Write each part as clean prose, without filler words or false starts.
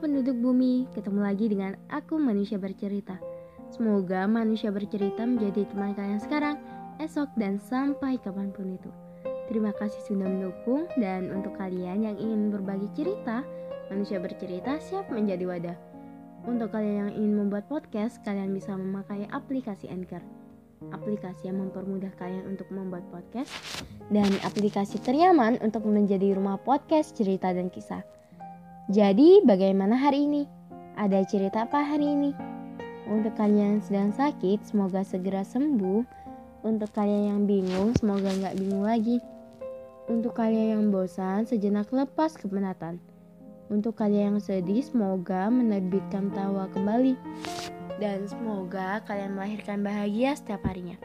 penduduk bumi, ketemu lagi dengan aku Manusia Bercerita. Semoga Manusia Bercerita menjadi teman kalian sekarang, esok, dan sampai kapanpun itu. Terima kasih sudah mendukung, dan untuk kalian yang ingin berbagi cerita, Manusia Bercerita siap menjadi wadah. Untuk kalian yang ingin membuat podcast, kalian bisa memakai aplikasi Anchor. Aplikasi yang mempermudah kalian untuk membuat podcast, dan aplikasi ternyaman untuk menjadi rumah podcast cerita dan kisah. Jadi, bagaimana hari ini? Ada cerita apa hari ini? Untuk kalian yang sedang sakit, semoga segera sembuh. Untuk kalian yang bingung, semoga nggak bingung lagi. Untuk kalian yang bosan, sejenak lepas kepenatan. Untuk kalian yang sedih, semoga menerbitkan tawa kembali. Dan semoga kalian melahirkan bahagia setiap harinya.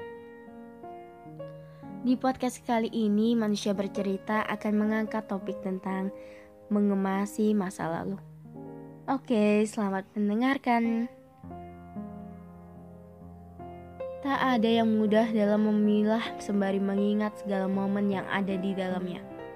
Di podcast kali ini, Manusia Bercerita akan mengangkat topik tentang mengemasi masa lalu. Oke, selamat mendengarkan. Tak ada yang mudah dalam memilah sembari mengingat segala momen yang ada di dalamnya.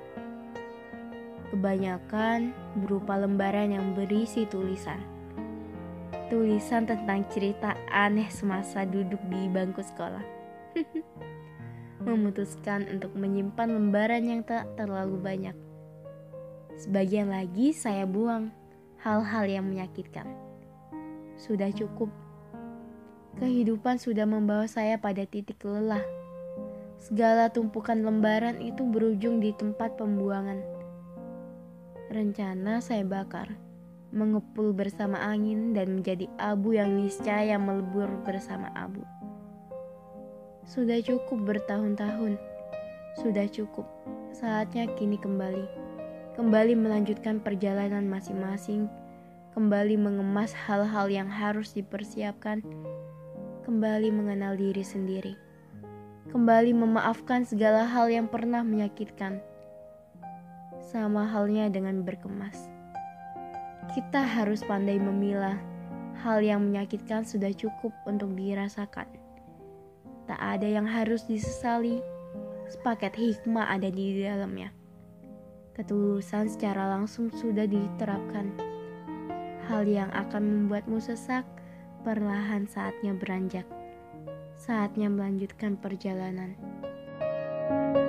Kebanyakan berupa lembaran yang berisi tulisan. Tulisan tentang cerita aneh semasa duduk di bangku sekolah. Memutuskan untuk menyimpan lembaran yang tak terlalu banyak. Sebagian lagi saya buang, hal-hal yang menyakitkan. Sudah cukup. Kehidupan sudah membawa saya pada titik lelah. Segala tumpukan lembaran itu berujung di tempat pembuangan. Rencana saya bakar, mengepul bersama angin dan menjadi abu yang niscaya melebur bersama abu. Sudah cukup bertahun-tahun. Sudah cukup. Saatnya kini kembali melanjutkan perjalanan masing-masing, kembali mengemas hal-hal yang harus dipersiapkan, kembali mengenal diri sendiri, kembali memaafkan segala hal yang pernah menyakitkan. Sama halnya dengan berkemas. Kita harus pandai memilah. Hal yang menyakitkan sudah cukup untuk dirasakan. Tak ada yang harus disesali. Sepaket hikmah ada di dalamnya. Ketulusan secara langsung sudah diterapkan. Hal yang akan membuatmu sesak, perlahan saatnya beranjak. Saatnya melanjutkan perjalanan.